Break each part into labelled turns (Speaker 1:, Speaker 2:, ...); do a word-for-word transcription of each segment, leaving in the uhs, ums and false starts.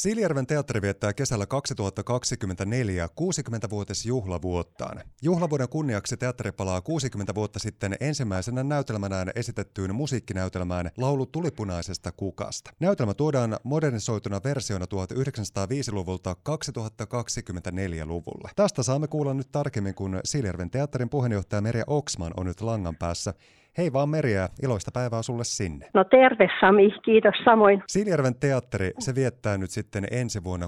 Speaker 1: Siilijärven teatteri viettää kesällä kaksituhattakaksikymmentäneljä kuusikymmentävuotisjuhlavuottaan. Juhlavuoden kunniaksi teatteri palaa kuusikymmentä vuotta sitten ensimmäisenä näytelmänään esitettyyn musiikkinäytelmään Laulu tulipunaisesta kukasta. Näytelmä tuodaan modernisoituna versiona tuhatyhdeksänsataaviisi-luvulta kaksituhattakaksikymmentäneljä-luvulle. Tästä saamme kuulla nyt tarkemmin, kun Siilijärven teatterin puheenjohtaja Merja Oxman on nyt langan päässä. Hei vaan Merja, iloista päivää sulle sinne.
Speaker 2: No terve Sami, kiitos samoin.
Speaker 1: Siilijärven teatteri, se viettää nyt sitten ensi vuonna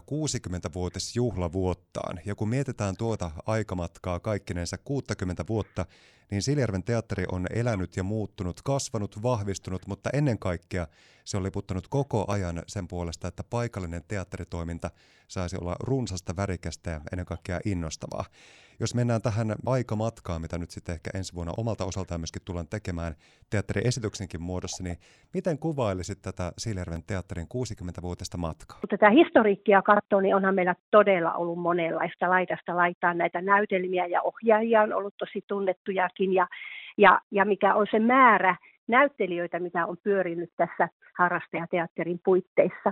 Speaker 1: kuusikymmentävuotisjuhlavuottaan. Ja kun mietitään tuota aikamatkaa kaikkinensa kuusikymmentä vuotta, niin Siilijärven teatteri on elänyt ja muuttunut, kasvanut, vahvistunut, mutta ennen kaikkea se on liputtanut koko ajan sen puolesta, että paikallinen teatteritoiminta saisi olla runsasta, värikästä ja ennen kaikkea innostavaa. Jos mennään tähän aikamatkaan, mitä nyt sitten ehkä ensi vuonna omalta osaltaan myöskin tullaan tekemään teatteriesityksenkin muodossa, niin miten kuvailisit tätä Siilijärven teatterin kuusikymmentävuotista matkaa?
Speaker 2: Kun tätä historiikkia katsoo, niin onhan meillä todella ollut monenlaista laidasta laitaan näitä näytelmiä ja ohjaajia on ollut tosi tunnettujakin ja, ja, ja mikä on se määrä näyttelijöitä, mitä on pyörinyt tässä harrastajateatterin puitteissa.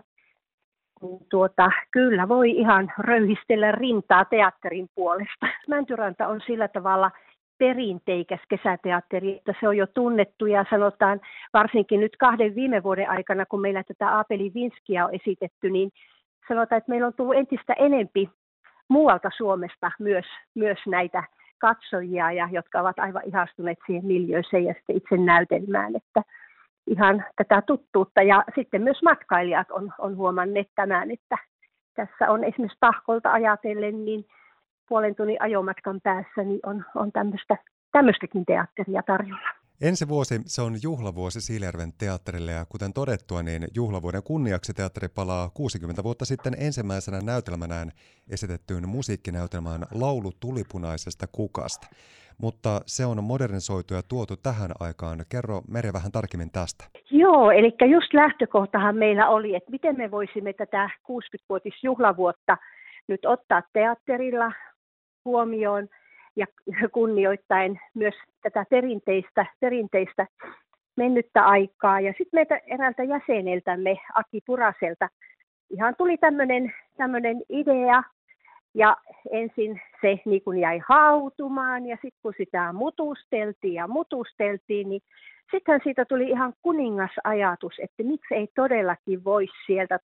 Speaker 2: Tuota, kyllä voi ihan röyhistellä rintaa teatterin puolesta. Mäntyranta on sillä tavalla perinteikäs kesäteatteri, että se on jo tunnettu ja sanotaan varsinkin nyt kahden viime vuoden aikana, kun meillä tätä Aapeli Vinskia on esitetty, niin sanotaan, että meillä on tullut entistä enempi muualta Suomesta myös, myös näitä katsojia, ja, jotka ovat aivan ihastuneet siihen miljööseen ja sitten itse näytelmään, että ihan tätä tuttuutta. Ja sitten myös matkailijat on, on huomanneet tämän, että tässä on esimerkiksi Tahkolta ajatellen, niin puolen tunnin ajomatkan päässä niin on, on tämmöistä, tämmöistäkin teatteria tarjolla.
Speaker 1: Ensi vuosi se on juhlavuosi Siilijärven teatterille ja kuten todettua, niin juhlavuoden kunniaksi teatteri palaa kuusikymmentä vuotta sitten ensimmäisenä näytelmänään esitettyyn musiikkinäytelmään Laulu tulipunaisesta kukasta. Mutta se on modernisoitu ja tuotu tähän aikaan. Kerro Merja vähän tarkemmin tästä.
Speaker 2: Joo, eli just lähtökohtahan meillä oli, että miten me voisimme tätä kuusikymmentävuotisjuhlavuotta nyt ottaa teatterilla huomioon ja kunnioittaen myös tätä perinteistä, perinteistä mennyttä aikaa. Ja sitten meitä eräältä jäseneltämme, Aki Puraselta, ihan tuli tämmöinen tämmöinen idea. Ja ensin se niin kun jäi hautumaan ja sitten kun sitä mutusteltiin ja mutusteltiin, niin sittenhän siitä tuli ihan kuningasajatus, että miksi ei todellakin voisi sieltä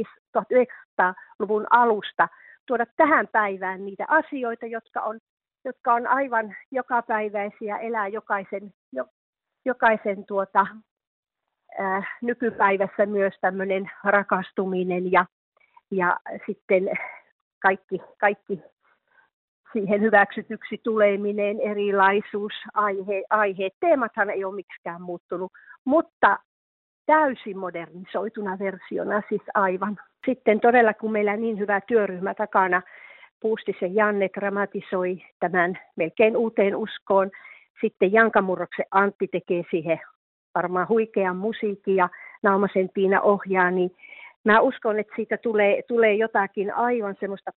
Speaker 2: tuhatyhdeksänsataaluvun alusta tuoda tähän päivään niitä asioita, jotka on, jotka on aivan jokapäiväisiä, elää jokaisen, jo, jokaisen tuota, ää, nykypäivässä myös tämmöinen rakastuminen ja, ja sitten Kaikki, kaikki siihen hyväksytyksi tuleminen, erilaisuus, aihe, aiheet, teemathan ei ole miksikään muuttunut, mutta täysin modernisoituna versiona siis aivan. Sitten todella, kun meillä on niin hyvä työryhmä takana, Puustisen Janne dramatisoi tämän melkein uuteen uskoon, sitten Janka Murroksen Antti tekee siihen varmaan huikean musiikin ja Naumasen Tiina ohjaa, niin mä uskon, että siitä tulee, tulee jotakin aivan semmoista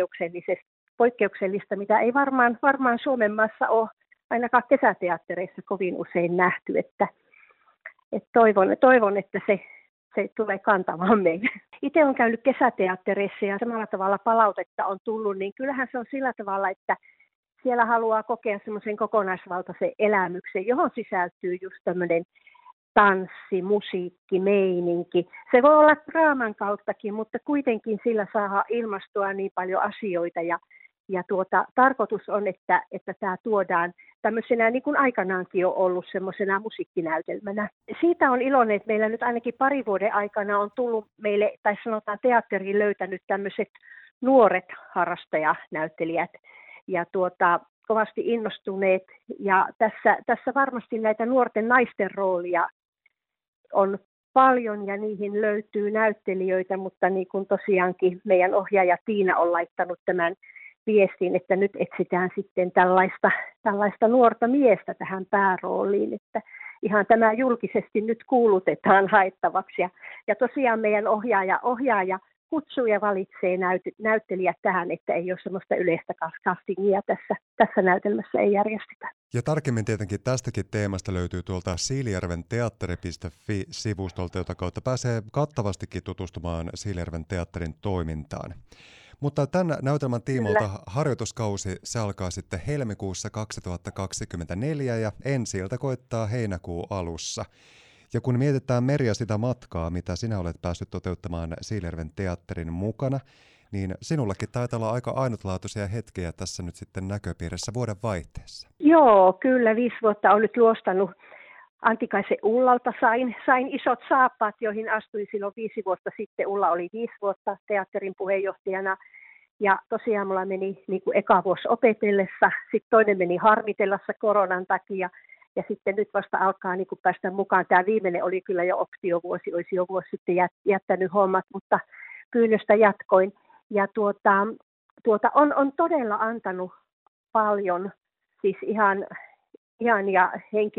Speaker 2: poikkeuksellista, mitä ei varmaan, varmaan Suomen maassa ole ainakaan kesäteattereissa kovin usein nähty. Että, että toivon, toivon, että se, se tulee kantamaan meille. Itse olen käynyt kesäteattereissa ja samalla tavalla palautetta on tullut, niin kyllähän se on sillä tavalla, että siellä haluaa kokea semmoisen kokonaisvaltaisen elämyksen, johon sisältyy just tämmöinen tanssi, musiikki, meininki. Se voi olla draaman kauttakin, mutta kuitenkin sillä saa ilmastua niin paljon asioita. Ja, ja tuota, tarkoitus on, että, että tämä tuodaan tämmöisenä, niin kuin aikanaankin on ollut semmoisena musiikkinäytelmänä. Siitä on iloinen, että meillä nyt ainakin pari vuoden aikana on tullut meille, tai sanotaan teatteriin löytänyt tämmöiset nuoret harrastajanäyttelijät. Ja tuota, kovasti innostuneet. Ja tässä, tässä varmasti näitä nuorten naisten roolia on paljon ja niihin löytyy näyttelijöitä, mutta niin kuin tosiaankin meidän ohjaaja Tiina on laittanut tämän viestin, että nyt etsitään sitten tällaista, tällaista nuorta miestä tähän päärooliin, että ihan tämä julkisesti nyt kuulutetaan haettavaksi. Ja, ja tosiaan meidän ohjaaja, ohjaaja kutsuu ja valitsee näyt, näyttelijät tähän, että ei ole semmoista yleistä castingia tässä, tässä näytelmässä ei järjestetä.
Speaker 1: Ja tarkemmin tietenkin tästäkin teemasta löytyy tuolta siilijärven teatteri piste fi-sivustolta, jota kautta pääsee kattavastikin tutustumaan Siilijärven teatterin toimintaan. Mutta tämän näytelmän tiimoilta
Speaker 2: Kyllä.
Speaker 1: harjoituskausi se alkaa sitten helmikuussa kaksituhattakaksikymmentäneljä ja ensi-ilta koittaa heinäkuun alussa. Ja kun mietitään Merja sitä matkaa, mitä sinä olet päässyt toteuttamaan Siilijärven teatterin mukana, niin sinullakin taitaa olla aika ainutlaatuisia hetkiä tässä nyt sitten näköpiirissä vuoden vaihteessa.
Speaker 2: Joo, kyllä viisi vuotta olen nyt luostanut Antikaisen Ullalta. Sain, sain isot saappaat, joihin astuin silloin viisi vuotta sitten. Ulla oli viisi vuotta teatterin puheenjohtajana. Ja tosiaan mulla meni niin kuin eka vuosi opetellessa, sitten toinen meni harmitellassa koronan takia. Ja sitten nyt vasta alkaa niin kuin päästä mukaan. Tämä viimeinen oli kyllä jo optiovuosi, olisi jo vuosi sitten jättänyt hommat, mutta pyynnöstä jatkoin. Ja tuota, tuota on, on todella antanut paljon, siis ihan, ihan ja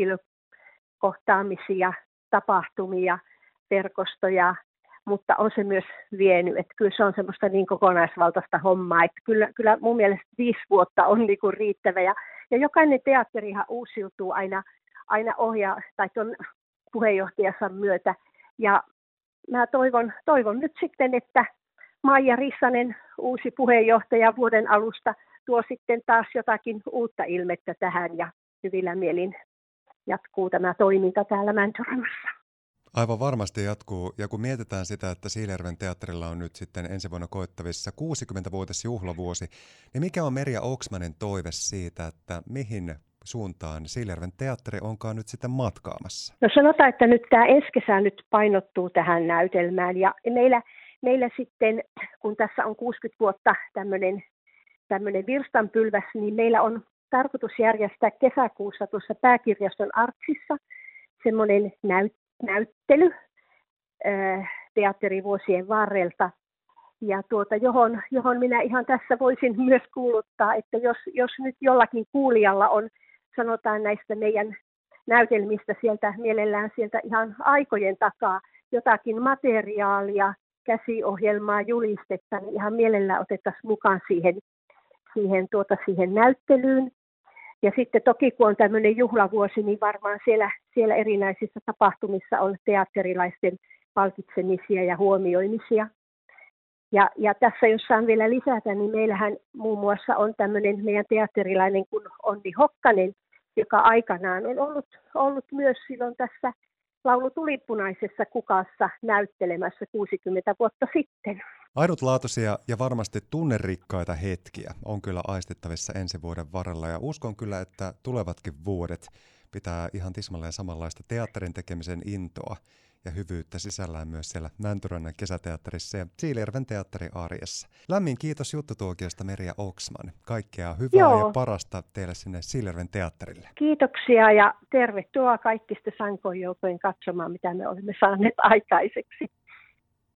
Speaker 2: henkilökohtaamisia, tapahtumia, verkostoja, mutta on se myös vienyt, että kyllä se on semmoista niin kokonaisvaltaista hommaa, että kyllä, kyllä mun mielestä viisi vuotta on niin kuin riittävä ja, ja jokainen teatterihan uusiutuu aina, aina ohjaa tai tuon puheenjohtajansa myötä ja mä toivon, toivon nyt sitten, että Maija Rissanen, uusi puheenjohtaja vuoden alusta, tuo sitten taas jotakin uutta ilmettä tähän ja hyvillä mielin jatkuu tämä toiminta täällä Mäntyrannassa.
Speaker 1: Aivan varmasti jatkuu. Ja kun mietitään sitä, että Siilijärven teatterilla on nyt sitten ensi vuonna koettavissa kuusikymmentävuotisjuhlavuosi, niin mikä on Merja Oksmanin toive siitä, että mihin suuntaan Siilijärven teatteri onkaan nyt sitten matkaamassa?
Speaker 2: No sanotaan, että nyt tämä ensi kesä nyt painottuu tähän näytelmään ja meillä Meillä sitten, kun tässä on kuusikymmentä vuotta tämmöinen, tämmöinen virstanpylväs, niin meillä on tarkoitus järjestää kesäkuussa tuossa Pääkirjaston Artsissa semmoinen näyt, näyttely ää, teatterivuosien varrelta, ja tuota, johon, johon minä ihan tässä voisin myös kuuluttaa, että jos, jos nyt jollakin kuulijalla on, sanotaan näistä meidän näytelmistä sieltä, mielellään sieltä ihan aikojen takaa, jotakin materiaalia, käsiohjelmaa, julistetta, niin ihan mielellään otettaisiin mukaan siihen, siihen, tuota, siihen näyttelyyn. Ja sitten toki kun on tämmöinen juhlavuosi, niin varmaan siellä, siellä erinäisissä tapahtumissa on teatterilaisten palkitsemisia ja huomioimisia. Ja, ja tässä jos saan vielä lisätä, niin meillähän muun muassa on tämmöinen meidän teatterilainen kuin Onni Hokkanen, joka aikanaan on ollut, ollut myös silloin tässä Laulu tulipunaisessa kukassa näyttelemässä kuusikymmentä vuotta sitten.
Speaker 1: Ainutlaatuisia ja varmasti tunnerikkaita hetkiä on kyllä aistittavissa ensi vuoden varrella ja uskon kyllä, että tulevatkin vuodet pitää ihan tismalleen samanlaista teatterin tekemisen intoa ja hyvyyttä sisällään myös siellä Mäntyrannan kesäteatterissa ja Siilijärven teatteri arjessa. Lämmin kiitos juttutuokiosta Merja Oksman. Kaikkea hyvää Joo. ja parasta teille sinne Siilijärven teatterille.
Speaker 2: Kiitoksia ja tervetuloa kaikki sitten Sankoin joukoin katsomaan, mitä me olemme saaneet aikaiseksi.